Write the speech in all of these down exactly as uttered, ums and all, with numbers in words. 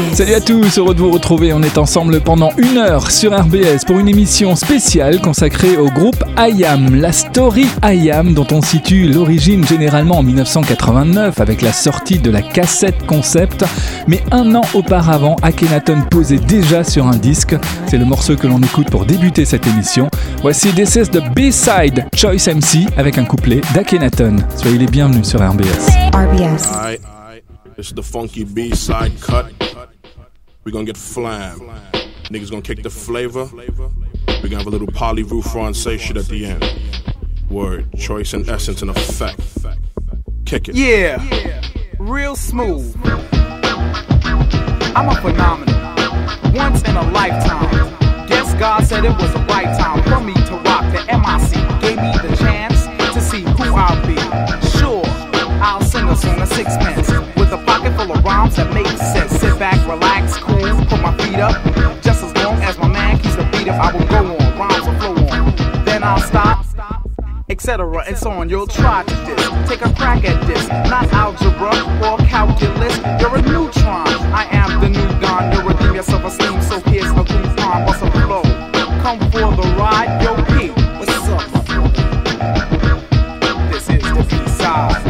Salut à tous, heureux de vous retrouver. On est ensemble pendant une heure sur R B S pour une émission spéciale consacrée au groupe I A M, la story I A M dont on situe l'origine généralement en dix-neuf cent quatre-vingt-neuf avec la sortie de la cassette concept. Mais un an auparavant, Akhenaton posait déjà sur un disque. C'est le morceau que l'on écoute pour débuter cette émission. Voici This is the B-side, Choice M C avec un couplet d'Akhenaton. Soyez les bienvenus sur R B S. R B S. Alright, it's the funky B-side cut. We gonna get flam. Niggas gonna kick the flavor. We gonna have a little parlez-vous français shit at the end. Word, choice and essence in effect. Kick it. Yeah, real smooth. I'm a phenomenon. Once in a lifetime. Guess God said it was the right time for me to rock the M I C. Gave me the chance to see who I'll be. Sure, I'll sing a song of sixpence with a pocket full of rhymes that make sense. Sit back, relax, cool, put my feet up. Just as long as my man keeps the beat up, I will go on, rhymes will flow on. Then I'll stop, et cetera and so on. You'll try to diss, take a crack at this. Not algebra or calculus. You're a neutron. I am the new Don. You're redeem your self-esteem. So here's a coupon, bust a flow. Come for the ride, yo P. What's up, my brother? This is the B-side.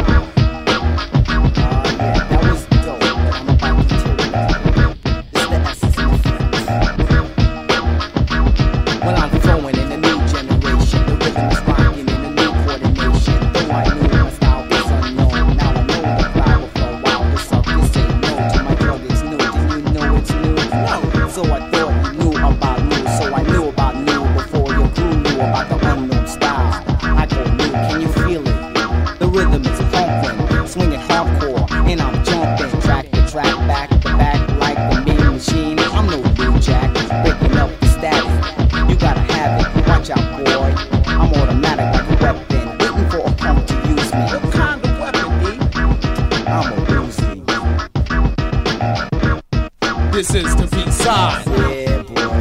This is the B-side. Yeah, boy.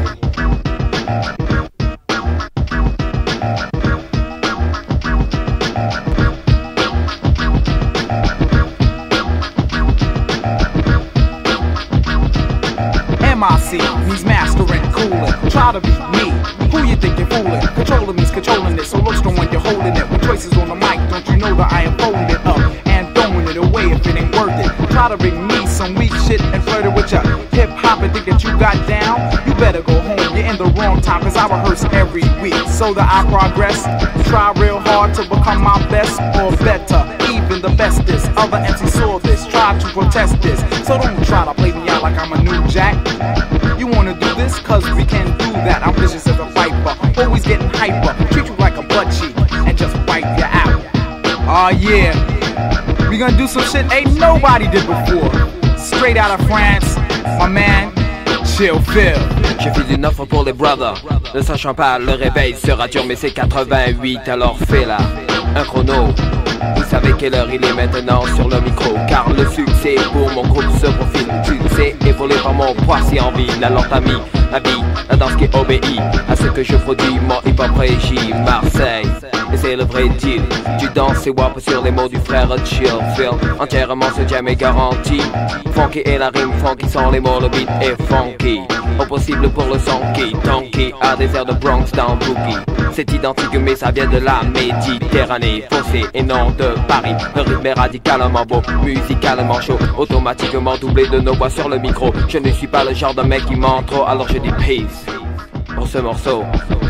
M I C means mastering, cooling. Try to be me. Who you think you're fooling? Controlling means controlling it. So look strong when you're holding it. With choices on the mic, don't you know that I am folding it up and throwing it away if it ain't worth it? Try to bring me some weak shit and flirt it with ya hip hop and think that you got down. You better go home, you're in the wrong time, cause I rehearse every week so that I progress. Try real hard to become my best or better, even the bestest. Other M Cs saw this, try to protest this. So don't try to play me out like I'm a new jack. You wanna do this? Cause we can do that. I'm vicious as a viper, always getting hyper. Treat you like a butt cheek and just wipe you out. Aw uh, yeah, we gonna do some shit ain't nobody did before. Straight out of France, my man, Chill Phil. J'ai fait une offre pour les brothers. Ne sachant pas, le réveil sera dur, mais c'est quatre-vingt-huit, alors fais-la. Un chrono. Vous savez quelle heure il est maintenant sur le micro. Car le succès pour mon groupe se profile. Succès épaulé par mon poids si envie. La lente amie, la vie, la danse qui obéit à ce que je produis, mon hip-hop régit. Marseille, et c'est le vrai deal. Tu danses et wap sur les mots du frère Chill Phil. Entièrement ce jam est garanti. Funky et la rime funky sont les mots, le beat est funky. Impossible pour le son qui donkey à des airs de Bronx dans Boogie. C'est identique mais ça vient de la Méditerranée. Foncé et non de Paris. Le rythme est radicalement beau, musicalement chaud. Automatiquement doublé de nos voix sur le micro. Je ne suis pas le genre de mec qui ment trop, alors je dis peace pour ce morceau.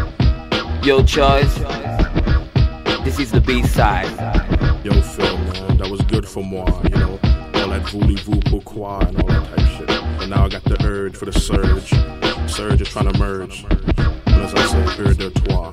Yo choice, this is the B-side. Yo Phil, man, that was good for moi, you know. All that voulez-vous, pourquoi, and all that type shit. And now I got the urge for the surge. Surge is trying to merge. And as I say, heure de toi.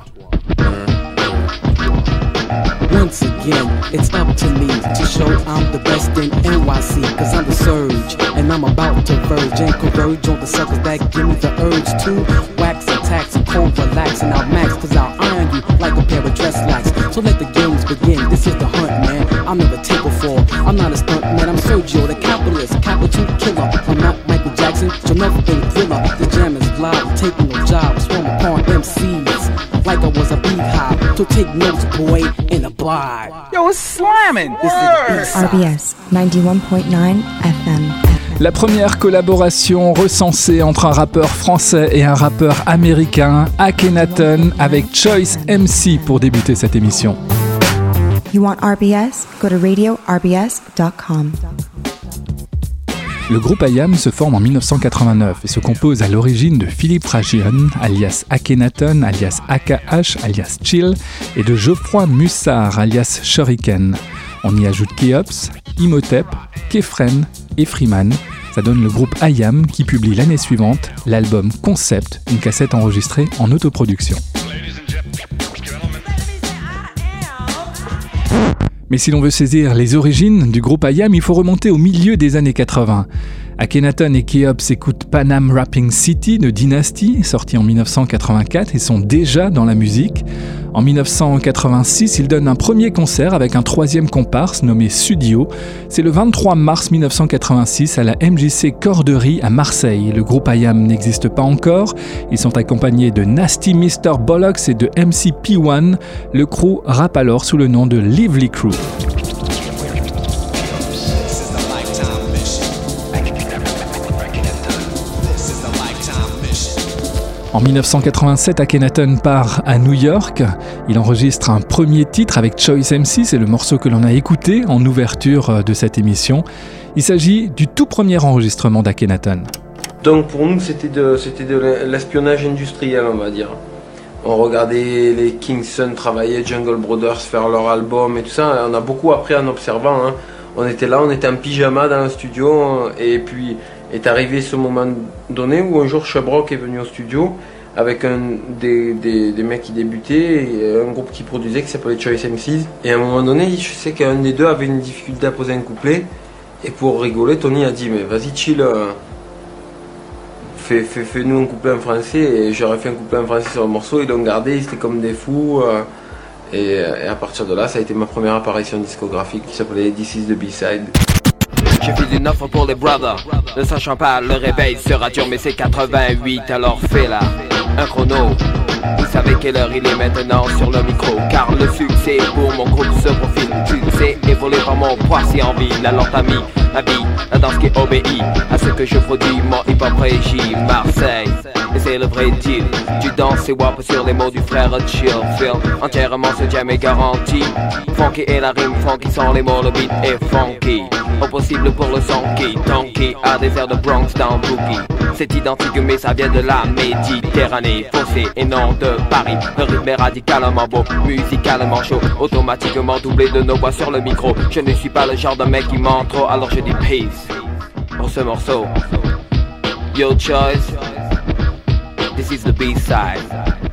Once again, it's up to me to show I'm the best in N Y C. Cause I'm the surge, and I'm about to verge and converge on the suckers that give me the urge to wax and tax and cold relax. And I'll max, cause I'll iron you like a pair of dress slacks. So let the games begin, this is the hunt, man. I'll never take a fall, I'm not a stunt man. I'm Sergio, the capitalist, capital killer. I'm not Michael Jackson, you'll never been thriller. The jam is live, taking no job, swarm upon M Cs like I was a beehive. So take notes, boy, and abide. Yo, it's slamming. This is the R B S ninety-one point nine F M. La première collaboration recensée entre un rappeur français et un rappeur américain, Akhenaton avec Choice M C pour débuter cette émission. You want R B S? Go to radio r b s dot com. Le groupe I A M se forme en dix-neuf cent quatre-vingt-neuf et se compose à l'origine de Philippe Rajian, alias Akhenaton, alias A K H, alias Chill, et de Geoffroy Mussard, alias Shuriken. On y ajoute Keops, Imhotep, Kefren et Freeman. Ça donne le groupe I A M qui publie l'année suivante l'album Concept, une cassette enregistrée en autoproduction. Mais si l'on veut saisir les origines du groupe I A M, il faut remonter au milieu des années quatre-vingts. Akhenaton et Keops écoutent Panam Rapping City de Dynasty, sorti en dix-neuf cent quatre-vingt-quatre, et sont déjà dans la musique. En dix-neuf cent quatre-vingt-six, ils donnent un premier concert avec un troisième comparse nommé Sudio. C'est le vingt-trois mars dix-neuf cent quatre-vingt-six à la M J C Corderie à Marseille. Le groupe I A M n'existe pas encore. Ils sont accompagnés de Nasty mister Bollocks et de M C P un. Le crew rappe alors sous le nom de Lively Crew. En dix-neuf cent quatre-vingt-sept, Akhenaton part à New York. Il enregistre un premier titre avec Choice M C, c'est le morceau que l'on a écouté en ouverture de cette émission. Il s'agit du tout premier enregistrement d'Akhenaton. Donc pour nous, c'était de, c'était de l'espionnage industriel, on va dire. On regardait les Kingston travailler, Jungle Brothers faire leur album et tout ça. On a beaucoup appris en observant. Hein. On était là, on était en pyjama dans le studio et puis est arrivé ce moment donné où un jour Shabrock est venu au studio avec un, des, des, des mecs qui débutaient et un groupe qui produisait qui s'appelait Choice M C. Et à un moment donné, je sais qu'un des deux avait une difficulté à poser un couplet et pour rigoler, Tony a dit mais vas-y chill, euh, fais, fais, fais-nous un couplet en français. Et j'aurais fait un couplet en français sur le morceau, ils l'ont gardé, ils étaient comme des fous. Euh, et, et à partir de là, ça a été ma première apparition discographique qui s'appelait This is the B-Side. J'ai fait une offre pour les brothers, ne sachant pas le réveil sera dur, mais c'est quatre-vingt-huit, alors fais-la, un chrono. Vous savez quelle heure il est maintenant sur le micro, car le succès pour mon groupe se profile. Succès est volé par mon poids si envie, la lente amie, la vie, la danse qui obéit à ce que je produis, mon hip-hop régit Marseille. Et c'est le vrai deal, tu danses et wap sur les mots du frère Chill. Feel entièrement ce jam est garanti. Funky et la rime funky sont les mots, le beat est funky. Au possible pour le son qui, Tonky a des airs de Bronx dans Boogie. C'est identique mais ça vient de la Méditerranée, foncé et non de Paris. Le rythme est radicalement beau, musicalement chaud, automatiquement doublé de nos voix sur le micro. Je ne suis pas le genre de mec qui ment trop, alors je dis peace pour ce morceau. Yo Choice, this is the B-side.